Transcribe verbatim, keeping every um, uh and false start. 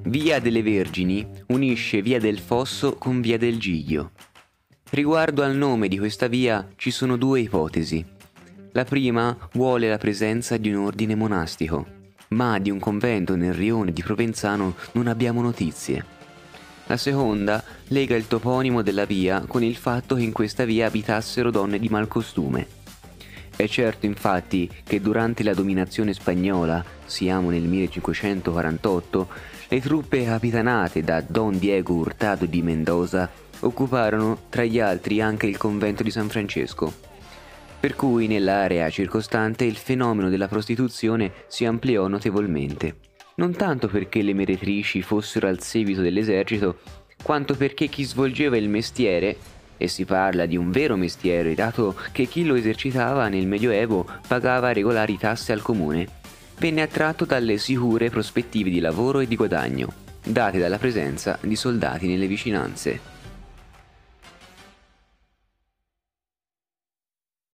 Via delle Vergini unisce via del Fosso con via del Giglio. Riguardo al nome di questa via ci sono due ipotesi. La prima vuole la presenza di un ordine monastico, ma di un convento nel rione di Provenzano non abbiamo notizie. La seconda lega il toponimo della via con il fatto che in questa via abitassero donne di malcostume. È certo infatti che durante la dominazione spagnola, siamo nel millecinquecentoquarantotto, le truppe capitanate da Don Diego Hurtado di Mendoza occuparono tra gli altri anche il convento di San Francesco, per cui nell'area circostante il fenomeno della prostituzione si ampliò notevolmente, non tanto perché le meretrici fossero al seguito dell'esercito, quanto perché chi svolgeva il mestiere, e si parla di un vero mestiere dato che chi lo esercitava nel Medioevo pagava regolari tasse al comune, venne attratto dalle sicure prospettive di lavoro e di guadagno, date dalla presenza di soldati nelle vicinanze.